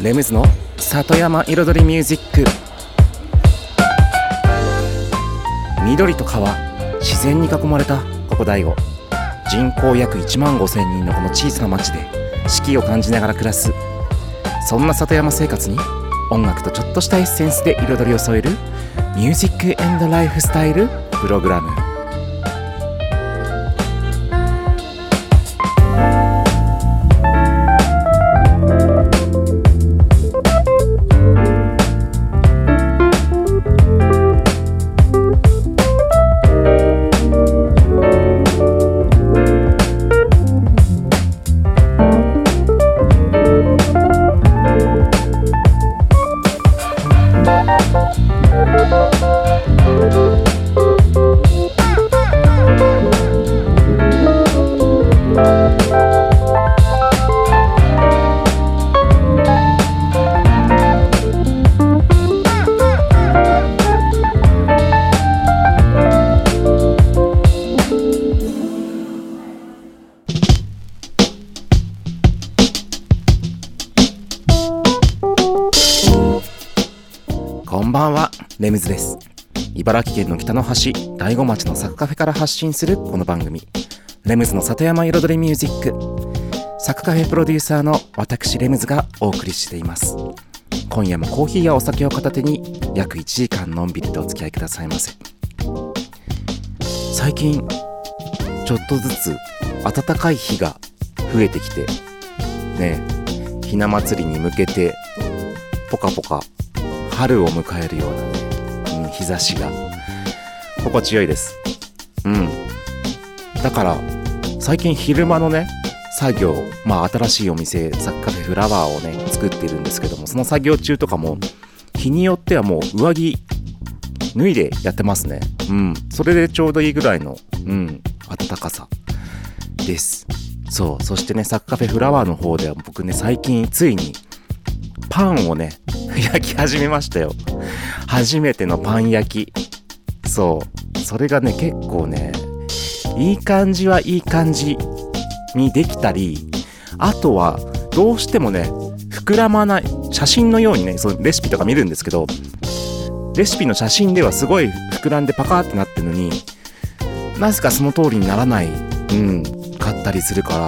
レムズの里山彩りミュージック。緑と川、自然に囲まれたここ大悟。人口約1万5千人のこの小さな町で四季を感じながら暮らす、そんな里山生活に音楽とちょっとしたエッセンスで彩りを添えるミュージック&ライフスタイルプログラム。こんばんは、レムズです。茨城県の北の端、大子町のサクカフェから発信するこの番組、レムズの里山彩りミュージック。サクカフェプロデューサーの私レムズがお送りしています。今夜もコーヒーやお酒を片手に約1時間のんびりとお付き合いくださいませ。最近ちょっとずつ暖かい日が増えてきてね、ひな祭りに向けてポカポカ春を迎えるようなね、日差しが心地よいです。だから最近昼間のね作業、新しいお店サクカフェフラワーをね作っているんですけども、その作業中とかも日によってはもう上着脱いでやってますね。それでちょうどいいぐらいの暖かさです。そしてね、サクカフェフラワーの方では僕ね、最近ついにパンをね焼き始めましたよ。初めてのパン焼き。それがね結構ねいい感じはいい感じにできたり、あとはどうしてもね膨らまない、写真のようにね、そのレシピとか見るんですけど、レシピの写真ではすごい膨らんでパカーってなってるのに、なぜかその通りにならないかったりするから、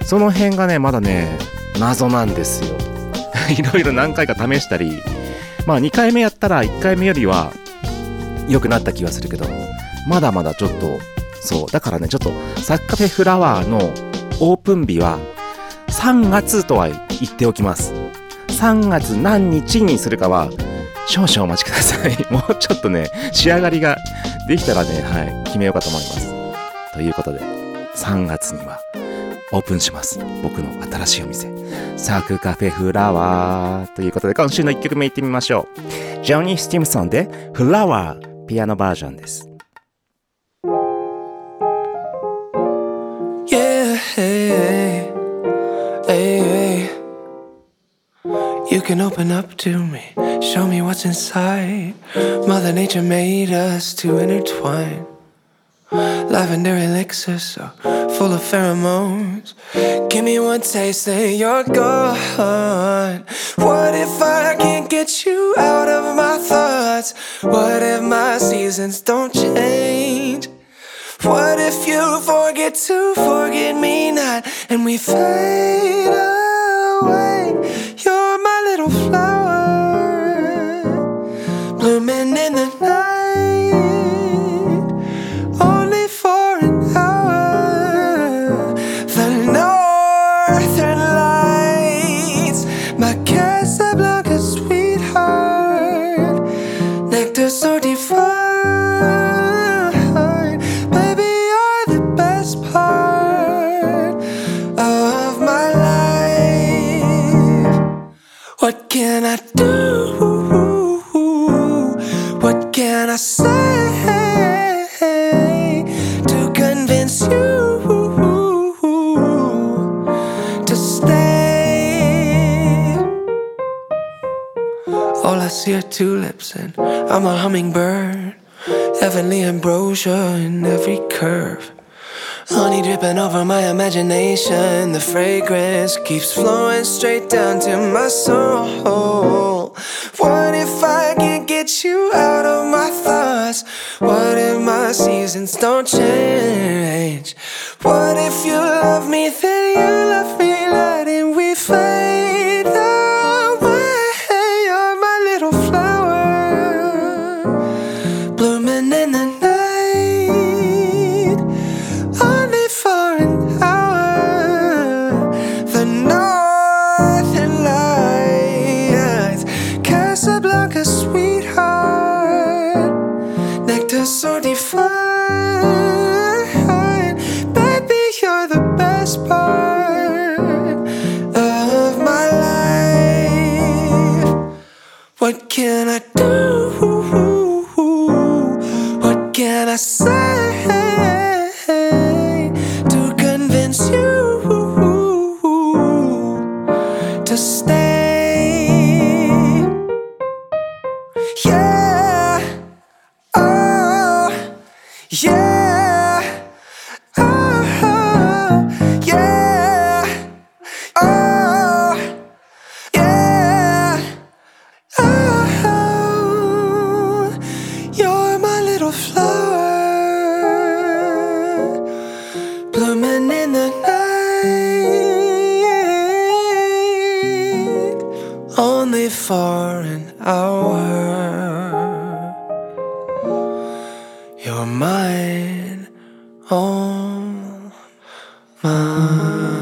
その辺がねまだね謎なんですよ。いろいろ何回か試したり、2回目やったら1回目よりは良くなった気がするけど、まだまだちょっとだからね、ちょっとサクカフェフラワーのオープン日は3月とは言っておきます。3月何日にするかは少々お待ちください。もうちょっとね仕上がりができたらね、決めようかと思います。ということで3月にはオープンします、僕の新しいお店サクカフェフラワーということで、今週の1曲目いってみましょう。ジョニー・スティムソンでフラワー、ピアノバージョンです。 You can open up to me, show me what's inside. Mother Nature made us to intertwine. Lavender elixir so full of pheromones. Give me one taste and you're gone. What if I can't get you out of my thoughts? What if my seasons don't change? What if you forget to forget me not, and we fade away? You're my little flower, blooming in the night, only for an hour. The northern lights, my Casablanca sweetheart, nectar so divine. Baby, you're the best part of my life. What can I do? What can I say to convince you to stay? All I see are tulips and I'm a hummingbird, heavenly ambrosia in every curve. Honey dripping over my imagination. The fragrance keeps flowing straight down to my soul. What if I can't get you out of my thoughts? What if my seasons don't change? What if you love me, then you love me, letting we fade away? You're my little flower, blooming in the night. So divine, baby, you're the best part of my life. What can I do? What can I say to convince you to stay? Yeah. Yeah, oh, yeah, oh, yeah, oh, you're my little flower, blooming in the night, only for an hour. You're mine, all mine.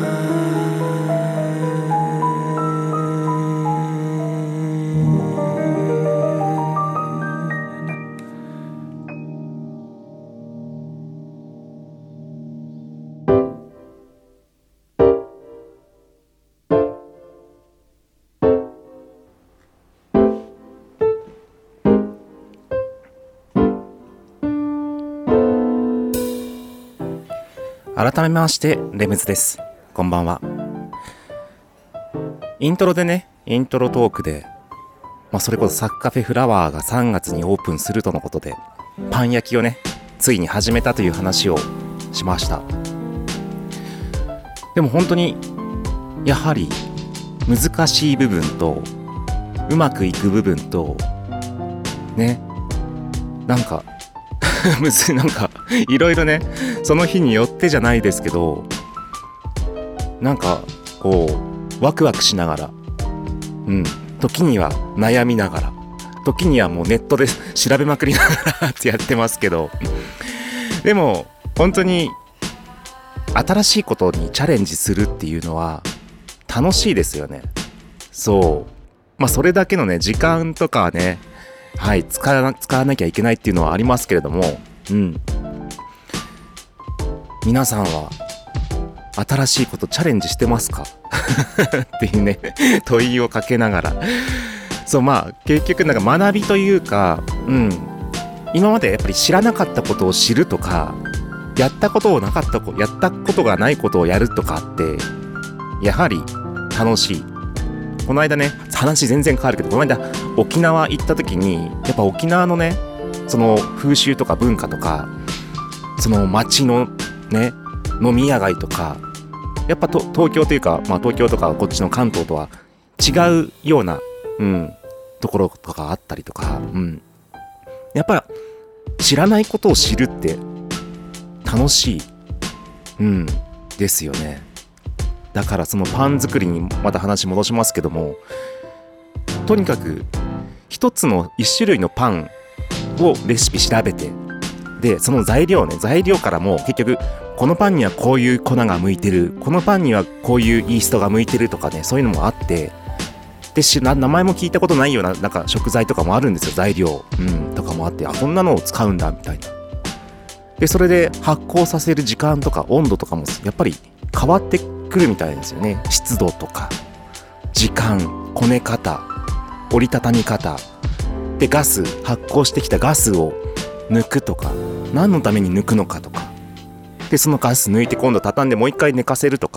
改めましてレムズです。こんばんは。イントロでね、イントロトークで、それこそサッカフェフラワーが3月にオープンするとのことで、パン焼きをねついに始めたという話をしました。でも本当にやはり難しい部分とうまくいく部分とね、なんかなんかいろいろね、その日によってじゃないですけど、なんかこうワクワクしながら、時には悩みながら、時にはもうネットで調べまくりながらってやってますけど、でも本当に新しいことにチャレンジするっていうのは楽しいですよね。そう、それだけのね時間とかはね、使わなきゃいけないっていうのはありますけれども、皆さんは新しいことチャレンジしてますかっていうね問いをかけながら、そう、結局なんか学びというか、今までやっぱり知らなかったことを知るとか、やったことがないことをやるとかってやはり楽しい。この間ね、話全然変わるけど、この間沖縄行った時に、やっぱ沖縄のね、その風習とか文化とか、その街のね飲み屋街とか、やっぱ東京というか、東京とかこっちの関東とは違うような、ところとかあったりとか、やっぱ知らないことを知るって楽しい、ですよね。だからそのパン作りにまた話戻しますけども、とにかく一種類のパンをレシピ調べて、でその材料からも結局このパンにはこういう粉が向いてる、このパンにはこういうイーストが向いてるとかね、そういうのもあって、で名前も聞いたことないようななんか食材とかもあるんですよ、材料、とかもあって、こんなのを使うんだみたいな。でそれで発酵させる時間とか温度とかもやっぱり変わってくるみたいですよね。湿度とか時間、こね方、折りたたみ方で、発酵してきたガスを抜くとか、何のために抜くのかとかで、そのガス抜いて今度畳んでもう一回寝かせるとか、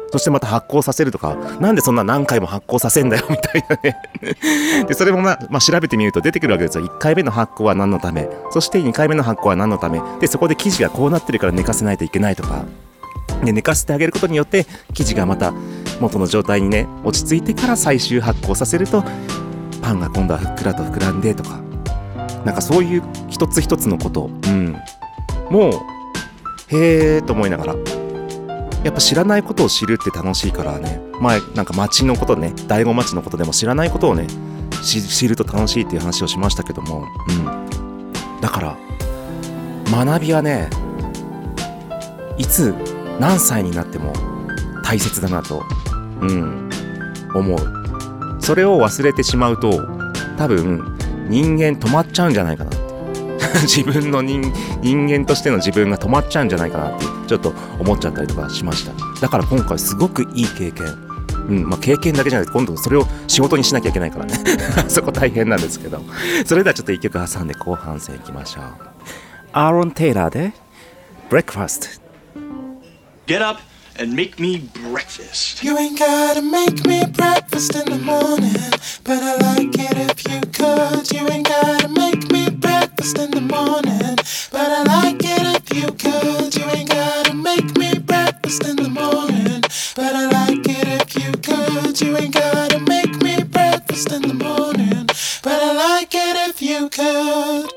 そしてまた発酵させるとか、なんでそんな何回も発酵させんだよみたいなねでそれも調べてみると出てくるわけですよ。1回目の発酵は何のため、そして2回目の発酵は何のためで、そこで生地がこうなってるから寝かせないといけないとかで、寝かせてあげることによって生地がまた元の状態にね落ち着いてから最終発酵させるとパンが今度はふっくらと膨らんでとか、なんかそういう一つ一つのこと、もうへーと思いながら、やっぱ知らないことを知るって楽しいからね。前なんか町のことね、醍醐町のことでも知らないことをね知ると楽しいっていう話をしましたけども、だから学びはね、いつ何歳になっても大切だなと、思う。それを忘れてしまうと多分人間止まっちゃうんじゃないかな自分の人間としての自分が止まっちゃうんじゃないかなってちょっと思っちゃったりとかしました。だから今回すごくいい経験、経験だけじゃなくて今度それを仕事にしなきゃいけないからねそこ大変なんですけど、それではちょっと一曲挟んで後半戦いきましょう。アーロン・テイラーで Breakfast。 Get up and make me breakfast. You ain't gotta make me breakfast in the morning, but I like it if you could. You ain't gotta make me breakfast in the morning, but I like it if you could. You ain't gotta make me breakfast in the morning, but I like it if you could. You ain't gotta make me breakfast in the morning, but I like it if you could.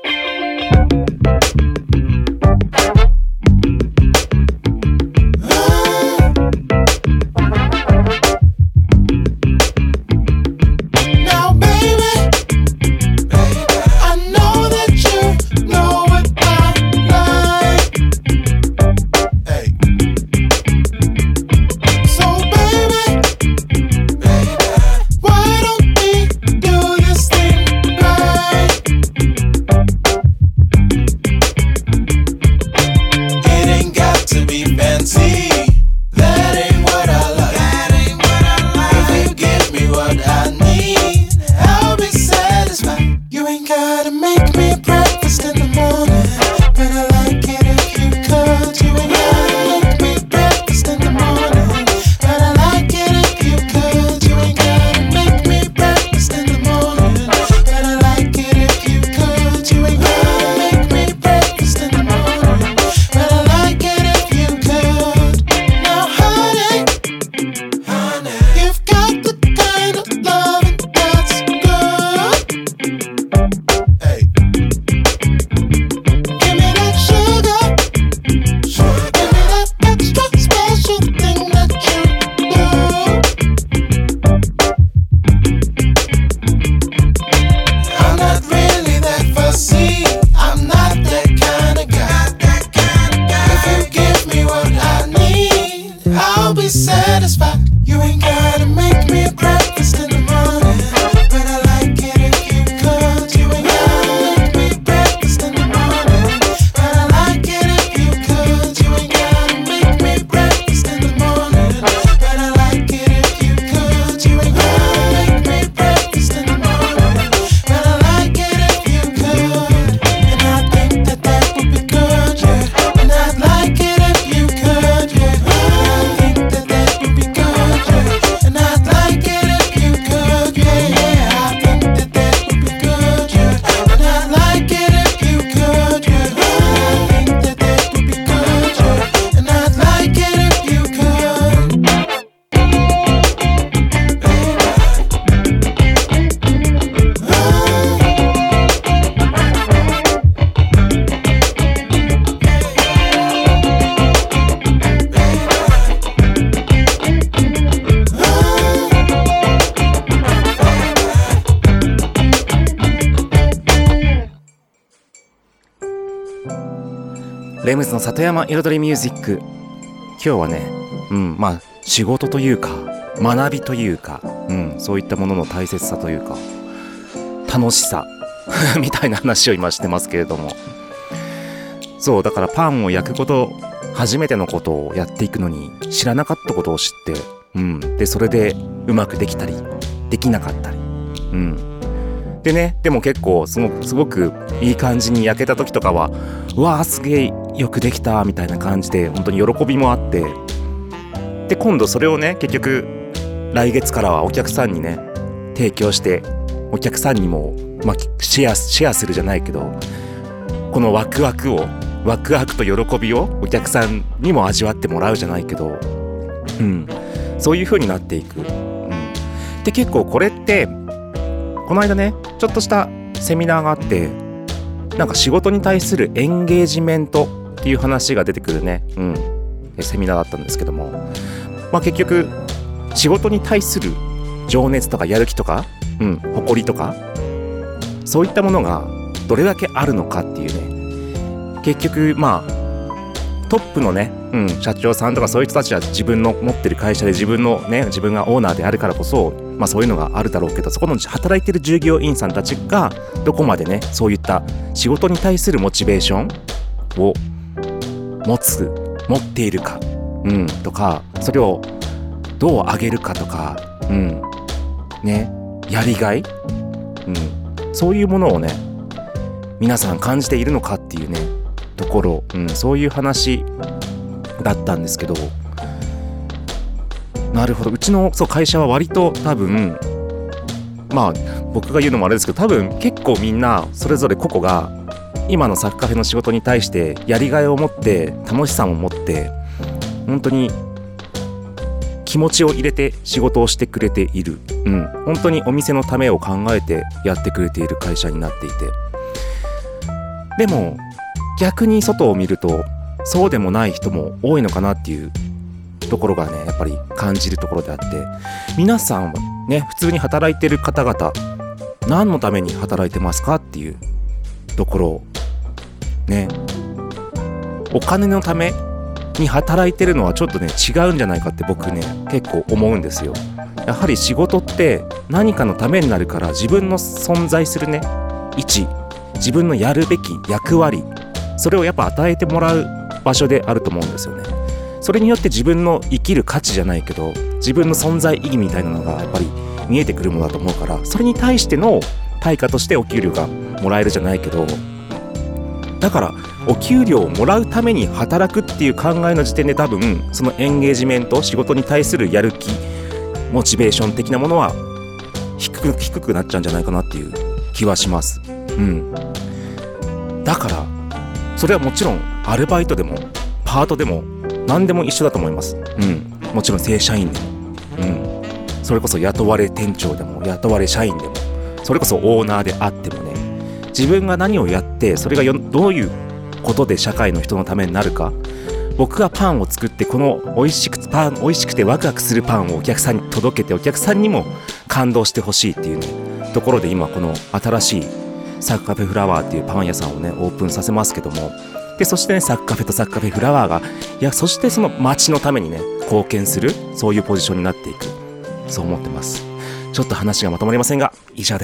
レムズの里山彩りミュージック。今日はね、仕事というか学びというか、そういったものの大切さというか楽しさみたいな話を今してますけれども、そうだからパンを焼くこと、初めてのことをやっていくのに知らなかったことを知って、でそれでうまくできたりできなかったり、でね、でも結構すごくいい感じに焼けた時とかは、うわーすげえよくできたみたいな感じで本当に喜びもあって、 で今度それをね結局来月からはお客さんにね提供して、お客さんにも、シェアするじゃないけど、このワクワクと喜びをお客さんにも味わってもらうじゃないけど、そういう風になっていく。で結構これってこの間ねちょっとしたセミナーがあって、なんか仕事に対するエンゲージメントっていう話が出てくるね、セミナーだったんですけども、結局仕事に対する情熱とかやる気とか、誇りとかそういったものがどれだけあるのかっていうね、結局トップのね、社長さんとかそういう人たちは自分の持ってる会社で自分がオーナーであるからこそ、そういうのがあるだろうけど、そこの働いてる従業員さんたちがどこまでねそういった仕事に対するモチベーションを持っているか、とか、それをどう上げるかとか、やりがい、そういうものをね皆さん感じているのかっていうねところ、そういう話だったんですけど、なるほど、うちの会社は割と多分僕が言うのもあれですけど、多分結構みんなそれぞれ個々が今のサクカフェの仕事に対してやりがいを持って楽しさも持って本当に気持ちを入れて仕事をしてくれている、本当にお店のためを考えてやってくれている会社になっていて、でも逆に外を見るとそうでもない人も多いのかなっていうところがねやっぱり感じるところであって、皆さんはね普通に働いてる方々何のために働いてますかっていうところをね、お金のために働いてるのはちょっとね違うんじゃないかって僕ね結構思うんですよ。やはり仕事って何かのためになるから、自分の存在するね位置、自分のやるべき役割、それをやっぱ与えてもらう場所であると思うんですよね。それによって自分の生きる価値じゃないけど自分の存在意義みたいなのがやっぱり見えてくるものだと思うから、それに対しての対価としてお給料がもらえるじゃないけど、だからお給料をもらうために働くっていう考えの時点で多分そのエンゲージメント、仕事に対するやる気、モチベーション的なものは低くなっちゃうんじゃないかなっていう気はします。だからそれはもちろんアルバイトでもパートでも何でも一緒だと思います。もちろん正社員でも、それこそ雇われ店長でも雇われ社員でも、それこそオーナーであってもね、自分が何をやってそれがどういうことで社会の人のためになるか、僕がパンを作ってこの美味しくてワクワクするパンをお客さんに届けて、お客さんにも感動してほしいっていうねところで、今この新しいサクカフェフラワーっていうパン屋さんをねオープンさせますけども、でそしてねサクカフェとサクカフェフラワーがそしてその街のためにね貢献する、そういうポジションになっていく、そう思ってます。ちょっと話がまとまりませんが以上です。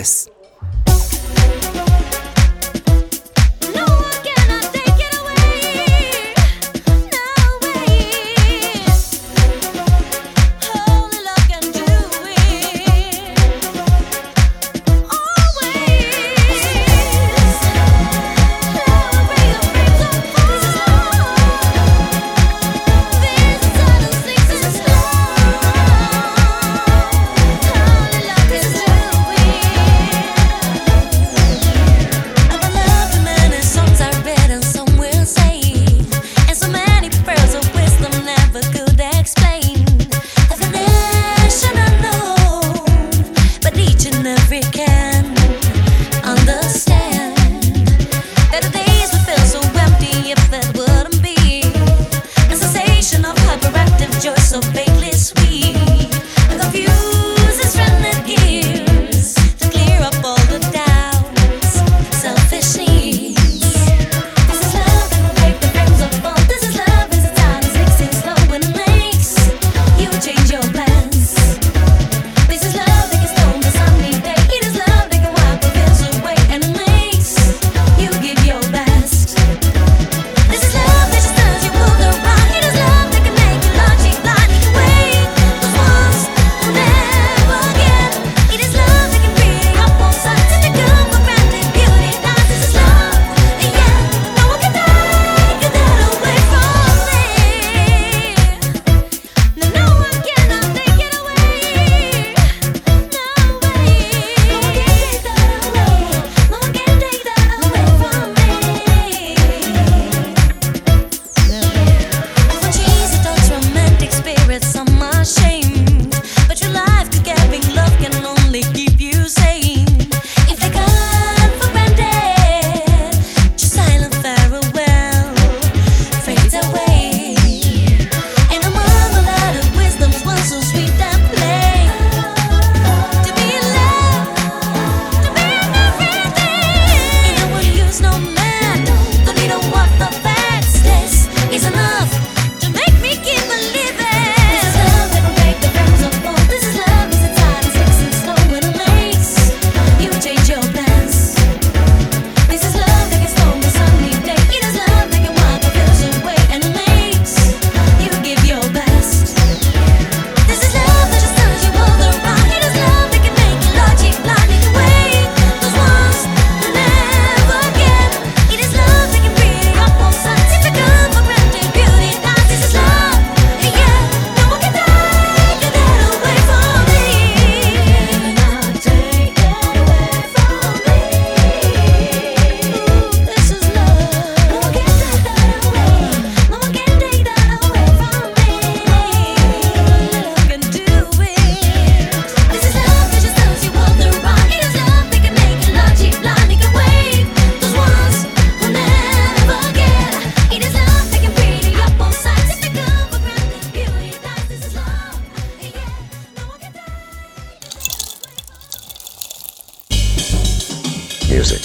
music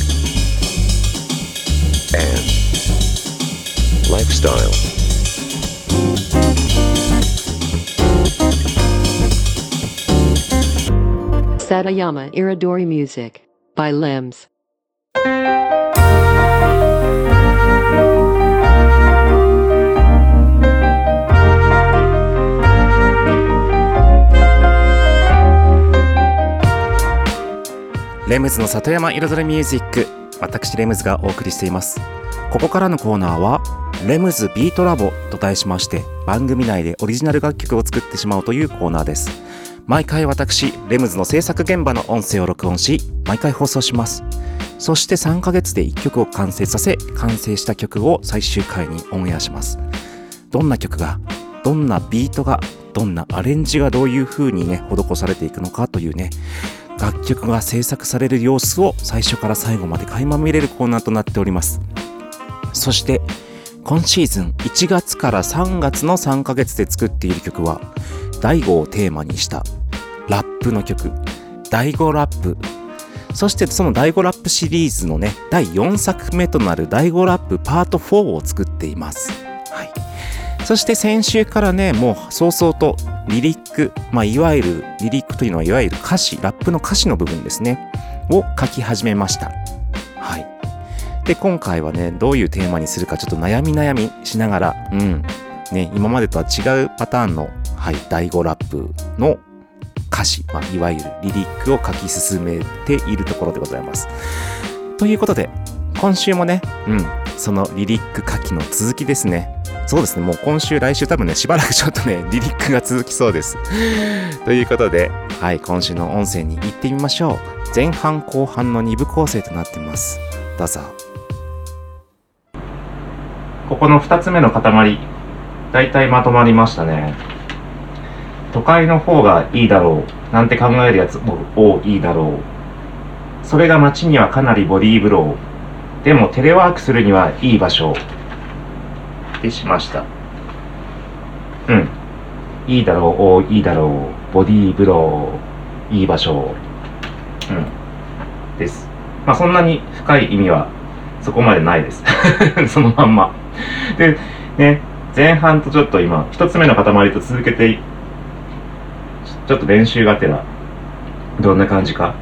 and lifestyle. Satayama Iridori Music by Lems. レムズの里山彩りミュージック、私レムズがお送りしています。ここからのコーナーはレムズビートラボと題しまして、番組内でオリジナル楽曲を作ってしまうというコーナーです。毎回私レムズの制作現場の音声を録音し、毎回放送します。そして3ヶ月で1曲を完成させ、完成した曲を最終回にオンエアします。どんな曲が、どんなビートが、どんなアレンジがどういう風にね施されていくのかというね、楽曲が制作される様子を最初から最後まで垣間見れるコーナーとなっております。そして今シーズン1月から3月の3ヶ月で作っている曲は、第5をテーマにしたラップの曲、第5ラップ、そしてその第5ラップシリーズのね第4作目となる第5ラップパート4を作っています。はい。そして先週からね、もう早々とリリック、いわゆるリリックというのは、いわゆる歌詞、ラップの歌詞の部分ですねを書き始めました。はい。で今回はね、どういうテーマにするかちょっと悩みしながら、今までとは違うパターンの、第5ラップの歌詞、いわゆるリリックを書き進めているところでございます。ということで今週もね、そのリリック書きの続きですね。そうですね、もう今週来週多分ね、しばらくちょっとねリリックが続きそうですということで、今週の音声に行ってみましょう。前半後半の2部構成となっています。どうぞ。ここの2つ目の塊、だいたいまとまりましたね。都会の方がいいだろうなんて考えるやつも多いだろう。それが街にはかなりボディーブロー。でもテレワークするにはいい場所ってしました。いいだろう、いいだろう、ボディーブロー、いい場所。です。そんなに深い意味はそこまでないですそのまんまでね、前半とちょっと今一つ目の塊と続けてちょっと練習がてらどんな感じか。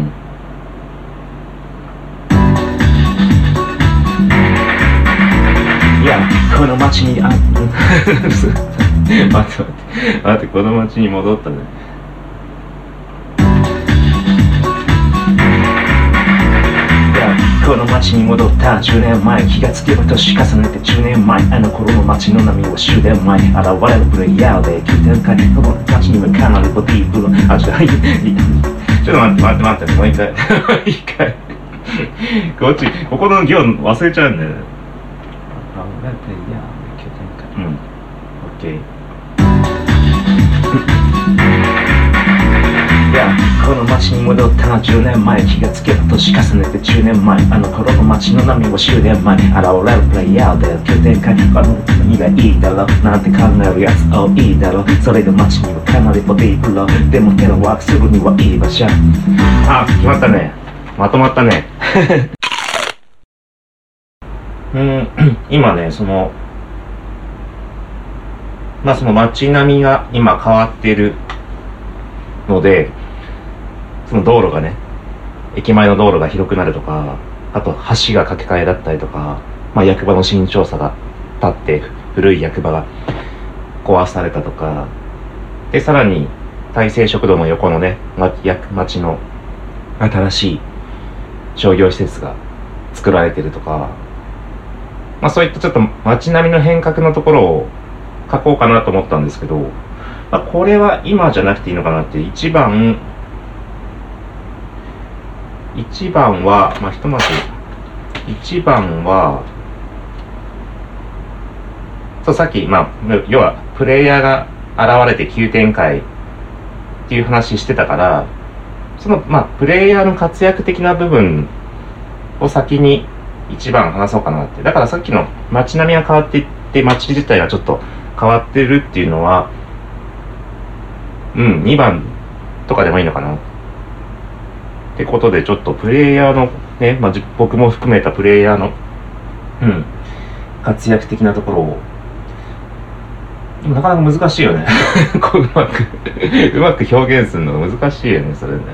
いやこの街に待ってこの街に戻ったね。この街に戻った10年前、気がつけば年重ねて10年前、あの頃の街の波は終電前、現れるプレイヤーで急展開、この街にはかなりボディーブロー。ちょっと待って、もう一回ここの行忘れちゃうんだよね。現れるプレイヤーで急展開。オッケー。この街に戻った10年前、気がつけば年重ねて10年前、あの頃の街の波は終電前、現れるプレイヤーで急展開、この国がいいだろなんて考えるやつ多いだろ。それが街にはかなりボディーブロー。でもテレワークするにはいい場所。決まったね。まとまったね今ね、その街並みが今変わっているので、その道路がね、駅前の道路が広くなるとか、あと橋が架け替えだったりとか、役場の新庁舎が建って古い役場が壊されたとかで、さらに大成食堂の横のね、町の新しい商業施設が作られてるとか、そういったちょっと街並みの変革のところを書こうかなと思ったんですけど、これは今じゃなくていいのかなって。一番はひとまず一番はさっき要はプレイヤーが現れて急展開っていう話してたから、そのプレイヤーの活躍的な部分を先に一番話そうかなって。だからさっきの街並みが変わっていって街自体がちょっと変わってるっていうのは2番とかでもいいのかなってことで、ちょっとプレイヤーのね、僕も含めたプレイヤーの、活躍的なところを、でもなかなか難しいよね。こううまく表現するのが難しいよね、それね。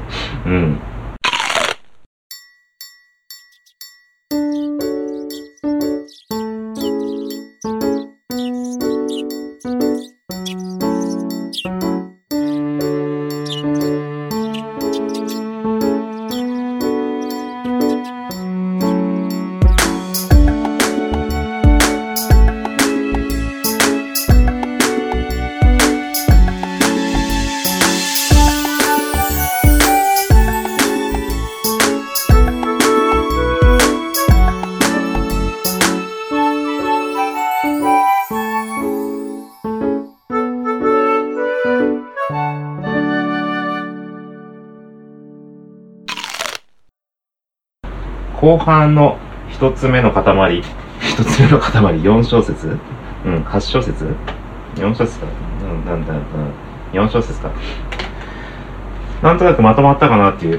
後半の一つ目の塊、4小節8小節 ?4 小節か4小節か。なんとなくまとまったかなっていう。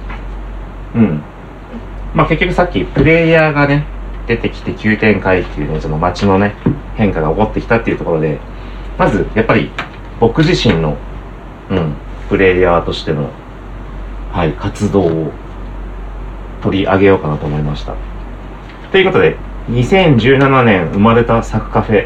結局さっきプレイヤーがね、出てきて急展開っていうね、その街のね、変化が起こってきたっていうところで、まず、やっぱり僕自身の、プレイヤーとしての、活動を取り上げようかなと思いました。ということで、2017年生まれたサクカフェ。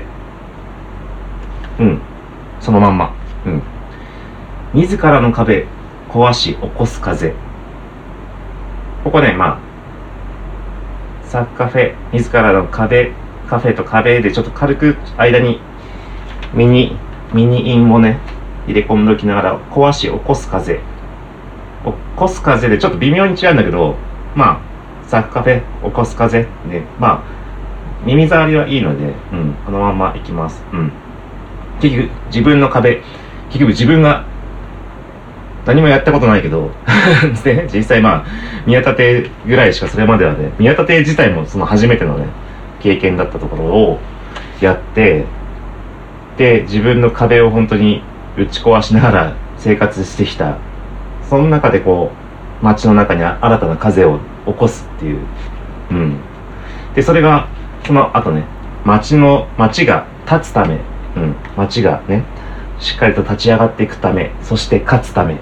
そのまんま。自らの壁、壊し起こす風。ここね、サクカフェ、自らの壁、カフェと壁でちょっと軽く間にミニ韻をね、入れ込んでおきながら、壊し起こす風。起こす風でちょっと微妙に違うんだけど、サクカフェ、起こす風で、耳障りはいいので、このままいきます。結局、自分の壁、自分が何もやったことないけど、で実際宮立ぐらいしかそれまではね、宮立自体もその初めてのね、経験だったところをやって、で、自分の壁を本当に打ち壊しながら生活してきた。その中で街の中に新たな風を起こすっていう。で、それが、その後ね、街が立つため、街がね、しっかりと立ち上がっていくため、そして勝つため、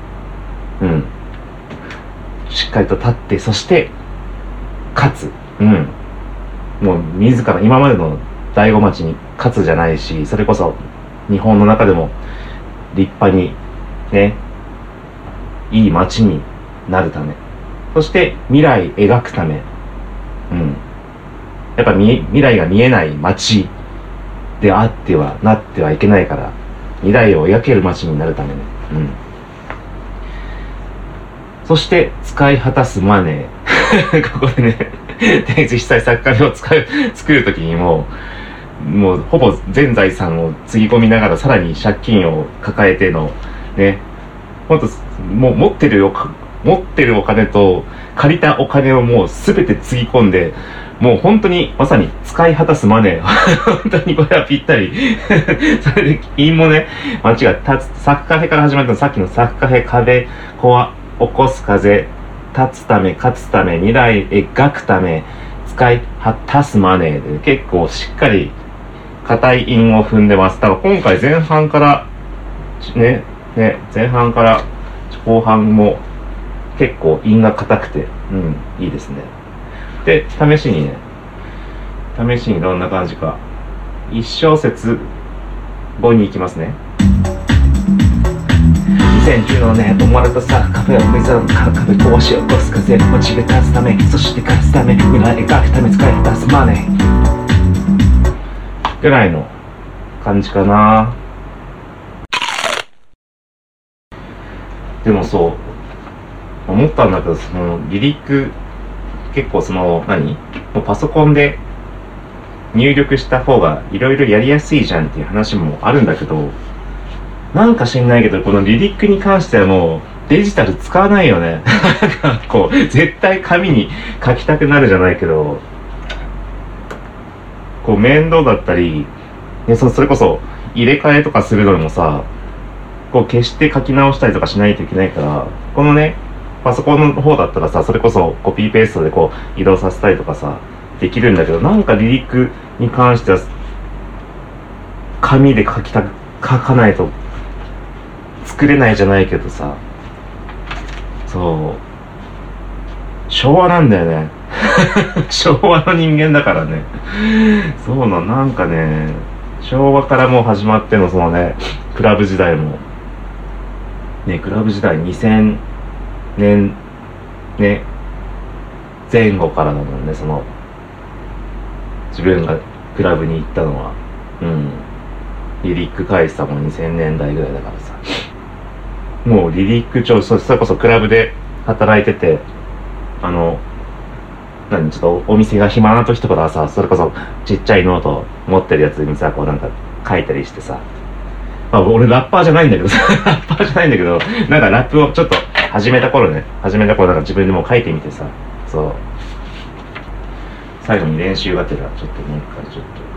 しっかりと立って、そして勝つ。もう自ら今までの第五町に勝つじゃないし、それこそ日本の中でも立派にね、いい町になるため、そして未来描くため、やっぱ未来が見えない町であってはなってはいけないから、未来を描ける町になるためね。そして使い果たすマネー。ここでね、で実際サッカーを作るときにもうほぼ全財産をつぎ込みながら、さらに借金を抱えてのね、ほんともう持ってるお金と借りたお金をもう全てつぎ込んで、もう本当にまさに使い果たすマネー。本当にこれはぴったり。それで韻もね、街が立つ、サッカーフェから始まったの、さっきのサッカーフェ、壁、起こす風、立つため、勝つため、未来描くため、使い果たすマネーで、結構しっかり硬い韻を踏んでます。多分今回前半から前半から後半も結構韻が硬くて、いいですね。で、試しにどんな感じか。1小節後に行きますね。2017年生まれたさ、カフェを目指す壁壊し起こす風、モチベ立つため、そして勝つため、未来描くため、使い果たすマネーぐらいの感じかな。でもそう思ったんだけど、そのリリック結構もうパソコンで入力した方がいろいろやりやすいじゃんっていう話もあるんだけど、なんか知んないけど、このリリックに関してはもうデジタル使わないよね。なんか絶対紙に書きたくなるじゃないけど、面倒だったり、ね、それこそ入れ替えとかするのもさ、消して書き直したりとかしないといけないから、このね、 パソコンの方だったらさ、それこそコピーペーストでこう移動させたりとかさできるんだけど、なんかリリックに関しては紙で書かないと作れないじゃないけどさ、そう昭和なんだよね昭和の人間だからね。そうなんかね、昭和からもう始まってのそのねクラブ時代もね、クラブ時代2000年ね前後からだもんね、その自分がクラブに行ったのは。リリック開始さも2000年代ぐらいだからさ、もうリリック調、それこそクラブで働いてて、ちょっとお店が暇な時とかはさ、それこそちっちゃいノート持ってるやつにさ、こうなんか書いたりしてさ、俺ラッパーじゃないんだけどさラッパーじゃないんだけど、なんかラップをちょっと始めた頃なんか自分でも書いてみてさ、そう最後に練習がてらちょっともう一回ちょっと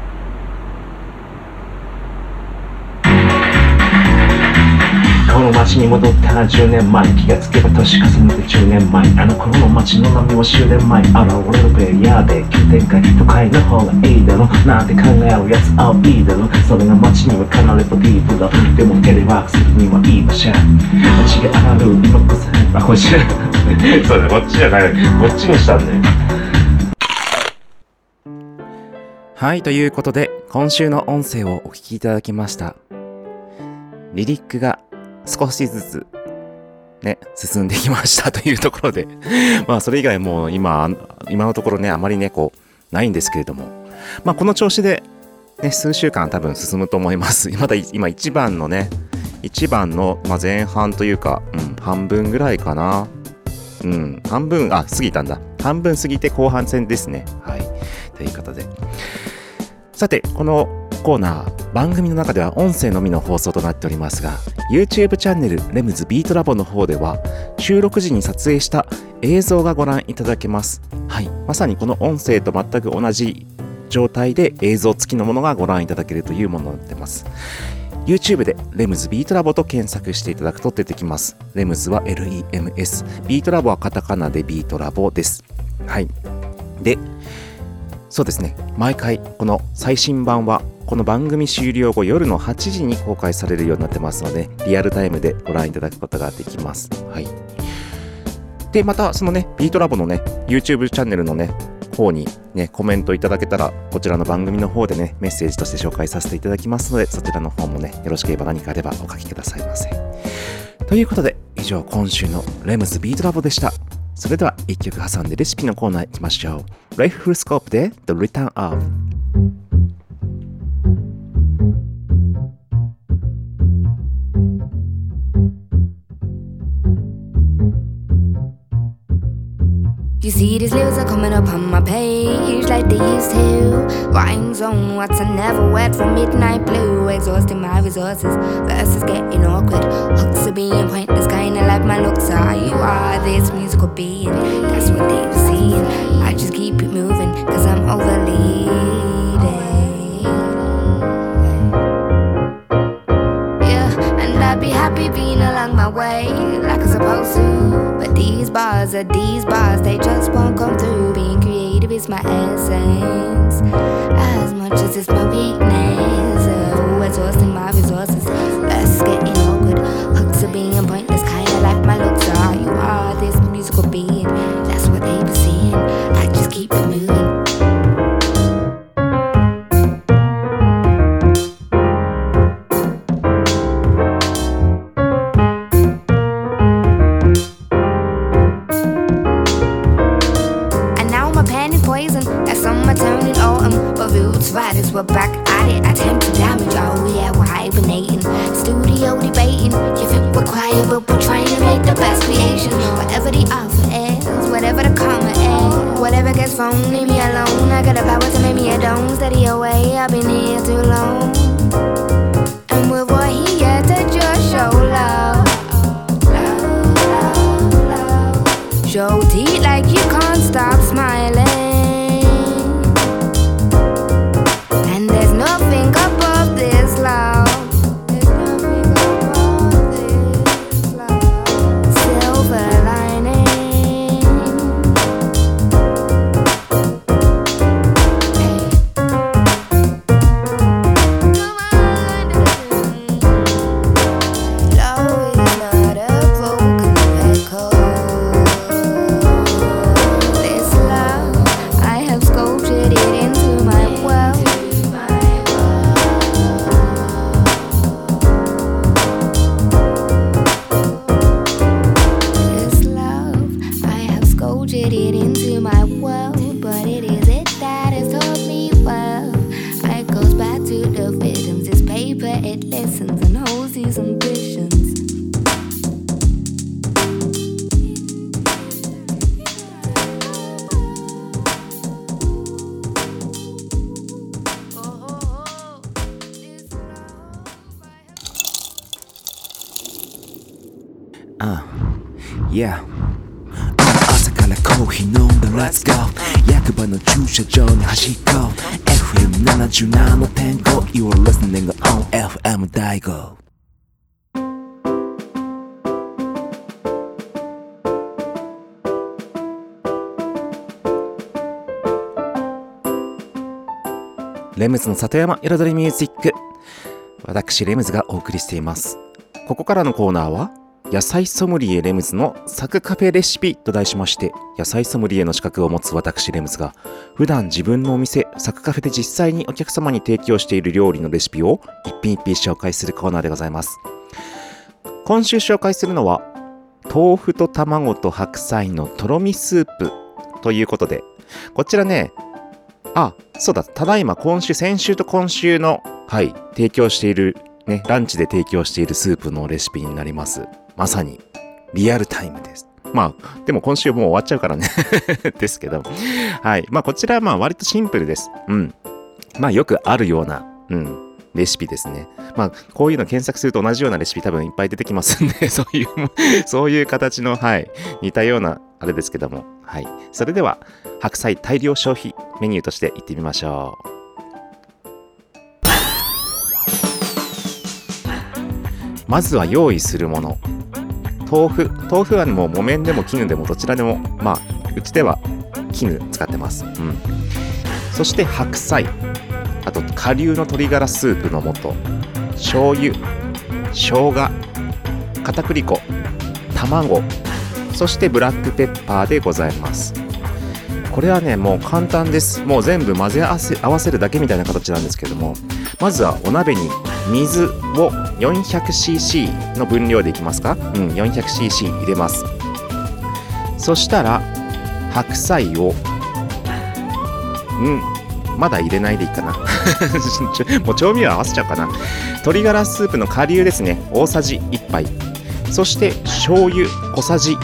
この街に戻ったら10年前、気がつけば年重ねて10年前、あの頃の街の波は終電前、現れるプレイヤーで急展開、都会の方がいいだろなんて考えるやついいだろ、それが街にはかなりディープだ、でもテレワークするにはいい場所、街が上がる今こそ、こっちそうだ、こっちじゃない、こっちにしたんだよ。 はい、ということで今週の音声をお聞きいただきました。リリックが少しずつね進んできましたというところでそれ以外も今のところねあまりねこうないんですけれども、この調子でね数週間多分進むと思います。まだ今1番の前半というか、半分ぐらいかな。半分過ぎたんだ。半分過ぎて後半戦ですね。はい、ということで、さてこのコーナー、番組の中では音声のみの放送となっておりますが、 YouTube チャンネルレムズビートラボの方では収録時に撮影した映像がご覧いただけます。はい、まさにこの音声と全く同じ状態で映像付きのものがご覧いただけるというものになっています。 YouTube でレムズビートラボと検索していただくと出てきます。レムズは LEMS、 ビートラボはカタカナでビートラボです。はい、でそうですね、毎回この最新版はこの番組終了後夜の8時に公開されるようになってますので、リアルタイムでご覧いただくことができます。はい。で、またそのね、ビートラボのね、YouTube チャンネルのね、方にね、コメントいただけたら、こちらの番組の方でね、メッセージとして紹介させていただきますので、そちらの方もね、よろしければ何かあればお書きくださいませ。ということで、以上今週のレムズビートラボでした。それでは一曲挟んでレシピのコーナー行きましょう。ライフフルスコープで The Return of。You see these lyrics are coming up on my page like they used to. Rhymes on what's I never wet for midnight blue. Exhausting my resources, verses getting awkward. Hooks are being pointless, kinda like my looks are. You are this musical being, that's what they were seeing. I just keep it moving, cause I'm overleading. Yeah, and I'd be happy being along my way, like I'm supposed to. But these bars, they just won't come through. Being creative is my essence, as much as it's my weakness. Exhausting my resources, less getting awkward. Hooks are being pointless, kinda like my looks are. You are this musical being, that's what they were seeing. I just keep it moving. Riders were back at it, attempting damage. Oh yeah, we're hibernating, studio debating if it were quiet, but we're trying to make the best creation. Whatever the offer is, whatever the karma is, whatever gets thrown, leave me alone. I got the power to make me a dome, steady away. I've been here too long, and we're here to just show love, show teeth like you can't stop smiling. Silver line. Yeah朝からコーヒー飲んだ Let's go 役場の駐車場に走っこう FM77.5 You are listening on FM 大悟レムズの里山彩りミュージック、私レムズがお送りしています。ここからのコーナーは野菜ソムリエレムズのサクカフェレシピと題しまして、野菜ソムリエの資格を持つ私レムズが普段自分のお店サクカフェで実際にお客様に提供している料理のレシピを一品一品紹介するコーナーでございます。今週紹介するのは豆腐と卵と白菜のとろみスープということで、こちらね、そうだ、ただいま先週と今週の、提供している、ね、ランチで提供しているスープのレシピになります。まさに、リアルタイムです。でも今週もう終わっちゃうからね。ですけど。こちらは割とシンプルです。よくあるような、レシピですね。こういうの検索すると同じようなレシピ多分いっぱい出てきますんで、そういう形の、似たような、あれですけども。それでは、白菜大量消費メニューとしていってみましょう。まずは用意するもの。豆腐はもう木綿でも絹でもどちらでも、うちでは絹使ってます。そして白菜。あと顆粒の鶏ガラスープの素、醤油、生姜、片栗粉、卵、そしてブラックペッパーでございます。これはね、もう簡単です。もう全部混ぜ合わせるだけみたいな形なんですけども、まずはお鍋に水を 400cc の分量でいきますか。400cc 入れます。そしたら白菜をまだ入れないでいいかな。もう調味料合わせちゃうかな。鶏ガラスープの顆粒ですね、大さじ1杯。そして醤油小さじ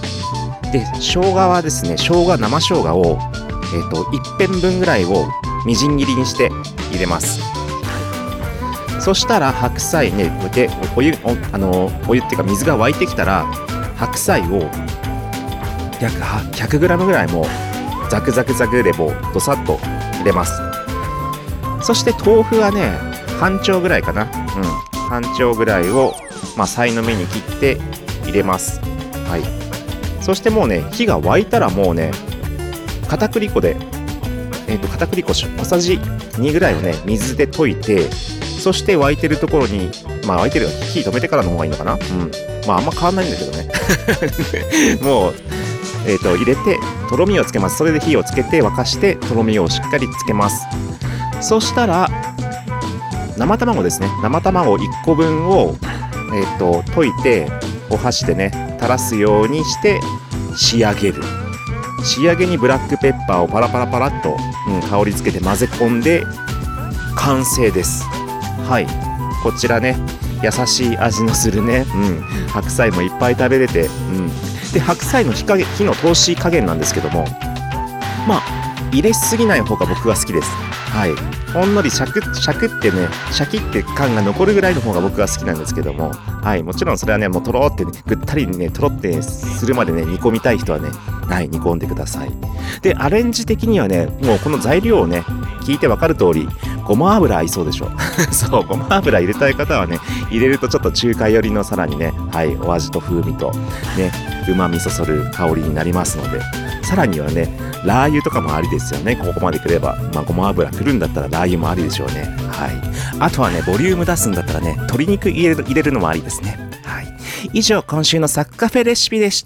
1で、生姜はですね、生姜生生姜を1片分ぐらいをみじん切りにして入れます。そしたら白菜ね、こうやってお湯っていうか水が沸いてきたら、白菜を約 100g ぐらいもうザクザクザクでもうドサッと入れます。そして豆腐はね、半丁ぐらいかな。半丁ぐらいをさいの目に切って入れます。そしてもうね、火が沸いたらもうね、片栗粉で片栗粉小さじ2ぐらいをね、水で溶いて、そして沸いてるところに、沸いてるよ、火止めてからの方がいいのかな。あんま変わんないんだけどね。もう入れてとろみをつけます。それで火をつけて沸かしてとろみをしっかりつけます。そしたら生卵ですね。生卵1個分を、溶いてお箸でね垂らすようにして仕上げる。仕上げにブラックペッパーをパラパラパラっと、香りつけて混ぜ込んで完成です。こちらね、優しい味のするね、白菜もいっぱい食べれて、で白菜の火の通し加減なんですけども、入れすぎない方が僕は好きです。ほんのりシャクってね、シャキって感が残るぐらいの方が僕は好きなんですけども、もちろんそれはね、もうとろってね、ぐったりね、とろってするまでね、煮込みたい人はね、煮込んでください。でアレンジ的にはね、もうこの材料をね聞いてわかる通り、ごま油合いそうでしょ。そう、ごま油入れたい方はね、入れるとちょっと中華寄りのさらにね、お味と風味とね、旨味そそる香りになりますので、さらにはね、ラー油とかもありですよね。ここまでくれば、ごま油くるんだったらラー油もありでしょうね。あとはね、ボリューム出すんだったらね、鶏肉入れるのもありですね。以上、今週のサクカフェレシピでした。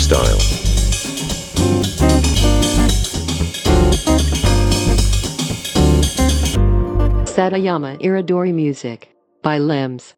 style. Satayama Iridori Music by Limbs.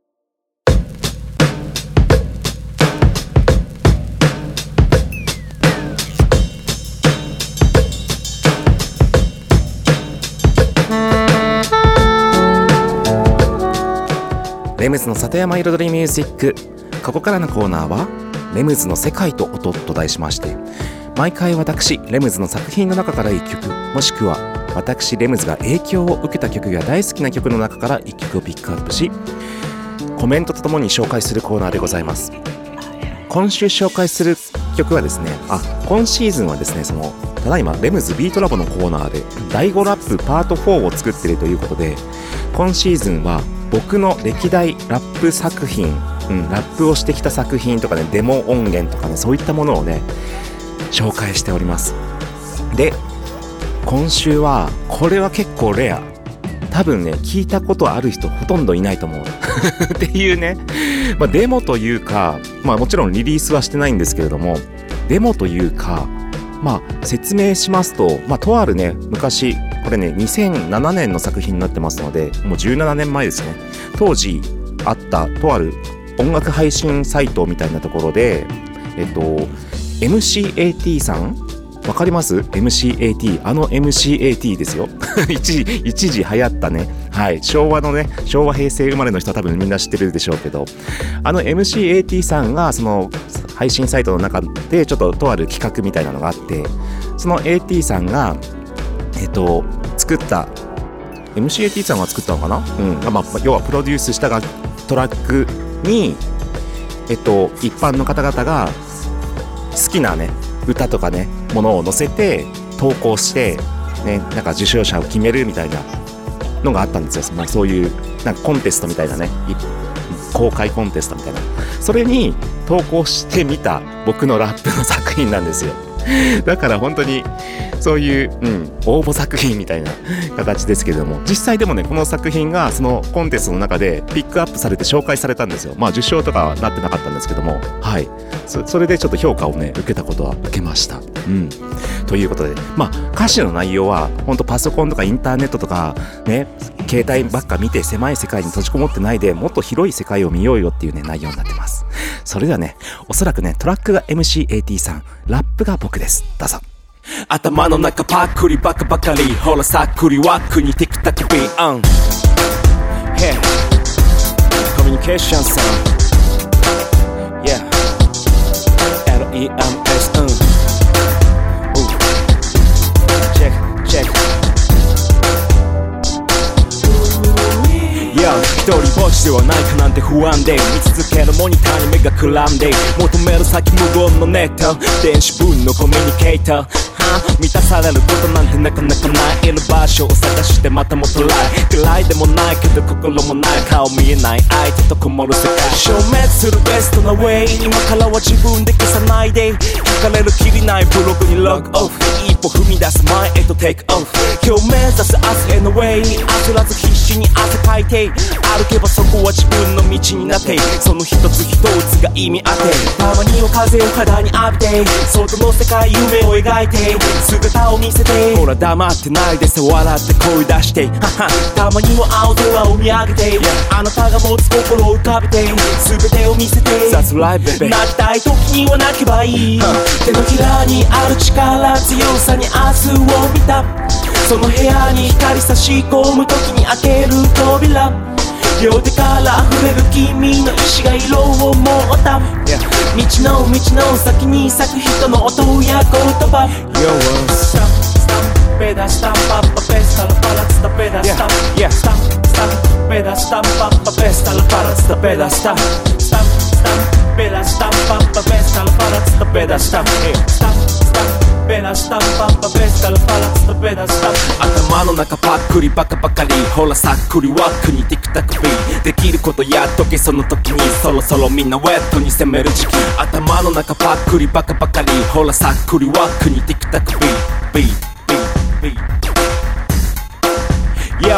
レムズの里山彩りミュージック。ここからのコーナーはレムズの世界と音と題しまして、毎回私レムズの作品の中から1曲、もしくは私レムズが影響を受けた曲や大好きな曲の中から1曲をピックアップし、コメントとともに紹介するコーナーでございます。今週紹介する曲はですね、今シーズンはですね、ただいまレムズビートラボのコーナーで第5ラップパート4を作っているということで、今シーズンは僕の歴代ラップ作品、ラップをしてきた作品とかね、デモ音源とかね、そういったものをね紹介しております。で、今週はこれは結構レア、多分ね聞いたことある人ほとんどいないと思うっていうね、デモというか、もちろんリリースはしてないんですけれども、デモというか、説明しますと、とあるね、昔これね2007年の作品になってますので、もう17年前ですね。当時あったとある音楽配信サイトみたいなところで、MCAT さんわかります？ MCAT、 MCAT ですよ一時流行ったね、昭和平成生まれの人は多分みんな知ってるでしょうけど、MCAT さんがその配信サイトの中でちょっととある企画みたいなのがあって、その AT さんが作った MCAT さんが作ったのかな、要はプロデュースしたトラックに一般の方々が好きなね歌とかねものを載せて投稿してね、なんか受賞者を決めるみたいなのがあったんですよ。そういうなんかコンテストみたいなね、公開コンテストみたいな、それに投稿してみた僕のラップの作品なんですよ。だから本当にそういう、応募作品みたいな形ですけれども、実際でもねこの作品がそのコンテストの中でピックアップされて紹介されたんですよ。受賞とかはなってなかったんですけども、それでちょっと評価をね受けたことは受けました。ということで、歌詞の内容は本当パソコンとかインターネットとかね、携帯ばっか見て狭い世界に閉じこもってないで、もっと広い世界を見ようよっていうね内容になってます。それではね、おそらくねトラックが MCAT さん、ラップが僕です。どうぞ。 頭の中パックリバカばかり、ほらさっくりワックにテクタクビーン、コミュニケーションさん、LEMS、チェックチェック、一人ぼっちではないかなんて不安で、見続けるモニターに目がくらんで、求める先無言のネット、電子分のコミュニケーター、満たされることなんてなかなかない。いる場所を探してまたもトライ、嫌いでもないけど心もない、顔見えない相手とこもる世界、消滅するベストなウェイ、今からは自分で消さないで、聞かれるきりないブログにログオフ、一歩踏み出す前へとテイクオフ、今日目指す明日へのウェイ、焦らず必死に汗かいて、歩けばそこは自分の道になって、その一つ一つが意味あって、たまには風を肌に浴びて、外の世界夢を描いて、姿を見せて、ほら黙ってないでさ、笑って声出して、たまには青空を見上げて、あなたが持つ心を浮かべて、全てを見せて、That's right, baby。 泣きたい時には泣けばいい、手のひらにある力強さに明日を見た、その部屋に光差し込む時に開ける扉、両手から溢れる君の意志が色を持った、道の先に咲く人の音や言葉、スタンプペダスタンパッパペスタラパラツタペダスタンプ、スタンプペダスタンパッパペスタラパラツタペダスタンプ、スタンプペダスタンパッパペスタラパラツタペダスタンプ、スタンプペダスタンパッパペスタラパラツタペダスタンプ、頭の中パックリバカばかり、ほらさっくりワックにテクタクビー、できることやっとけその時に、そろそろみんなウェットに攻める時期、頭の中パックリバカばかり、ほらさっくりワックにテクタクビー、ビービービー、Yo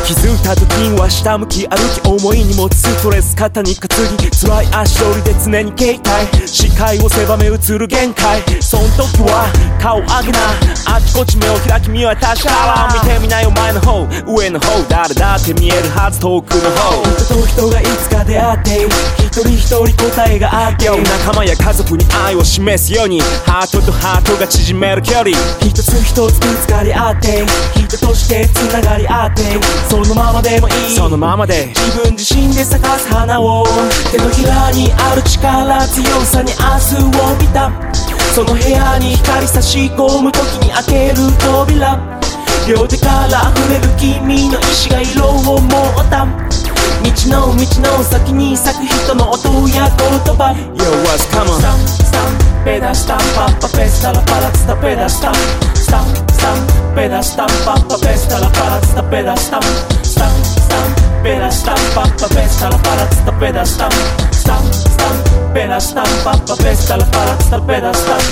気づいた時には下向き歩き重い荷物ストレス肩に担ぎ辛い足取りで常に警戒視界を狭め映る限界そん時は顔上げなあっちこっち目を開き見渡したら見てみないお前の方上の方誰だって見えるはず遠くの方人と人がいつか出会って一人一人答えがあって仲間や家族に愛を示すようにハートとハートが縮める距離一つ一つぶつかり合って人としてつながり合ってそのままでもいいそのままで自分自身で咲かす花を手のひらにある力強さに明日を見たその部屋に光差し込む時に開ける扉両手から溢れる君の意志が色を持った道の先に咲く人の音や言葉 Yo what's come on Stam peda stam papa pesta la palazza peda stam peda stam papa pesta la palazza peda stam peda stam papa pesta la palazza peda stam peda stam papa pesta la palazza peda stam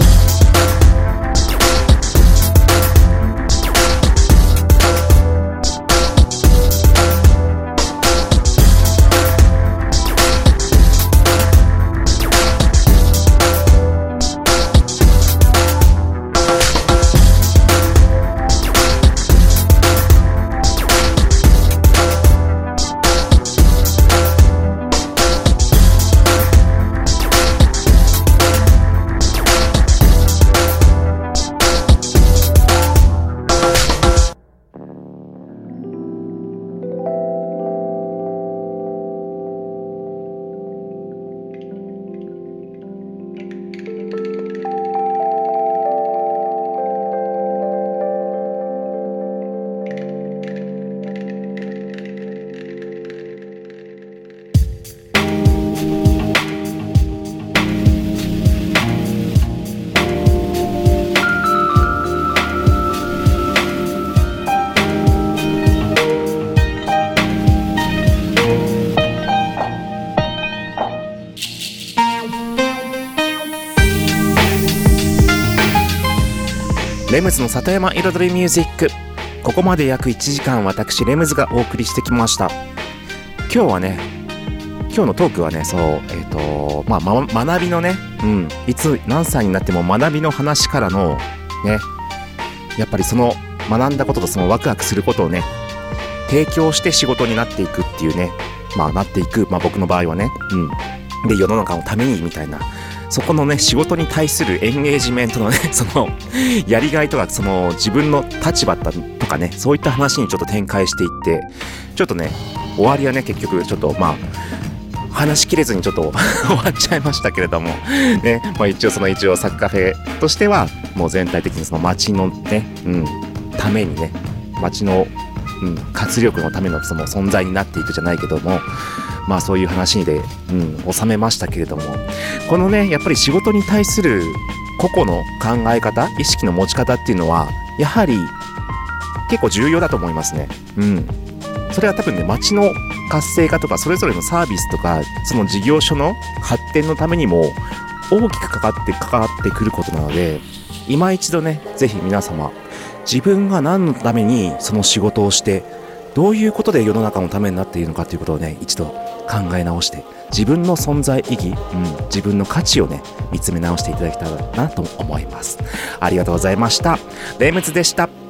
レムズの里山彩りミュージック、ここまで約1時間私レムズがお送りしてきました。今日のトークはね、学びのね、いつ何歳になっても学びの話からのね、やっぱりその学んだこととそのワクワクすることをね提供して仕事になっていくっていうね、なっていく、僕の場合はね、で世の中のためにみたいな、そこのね仕事に対するエンゲージメントのねそのやりがいとか、その自分の立場とかね、そういった話にちょっと展開していって、ちょっとね終わりはね結局ちょっと話しきれずにちょっと終わっちゃいましたけれどもね、一応サッカーフェとしてはもう全体的にその街のね、ためにね、街の、活力のためのその存在になっていくじゃないけども、そういう話で、収めましたけれども、このねやっぱり仕事に対する個々の考え方、意識の持ち方っていうのはやはり結構重要だと思いますね。それは多分ね、街の活性化とかそれぞれのサービスとかその事業所の発展のためにも大きく関わってくることなので、今一度ねぜひ皆様、自分が何のためにその仕事をして、どういうことで世の中のためになっているのかということをね一度考え直して、自分の存在意義、自分の価値をね見つめ直していただけたらなと思います。ありがとうございました。レムズでした。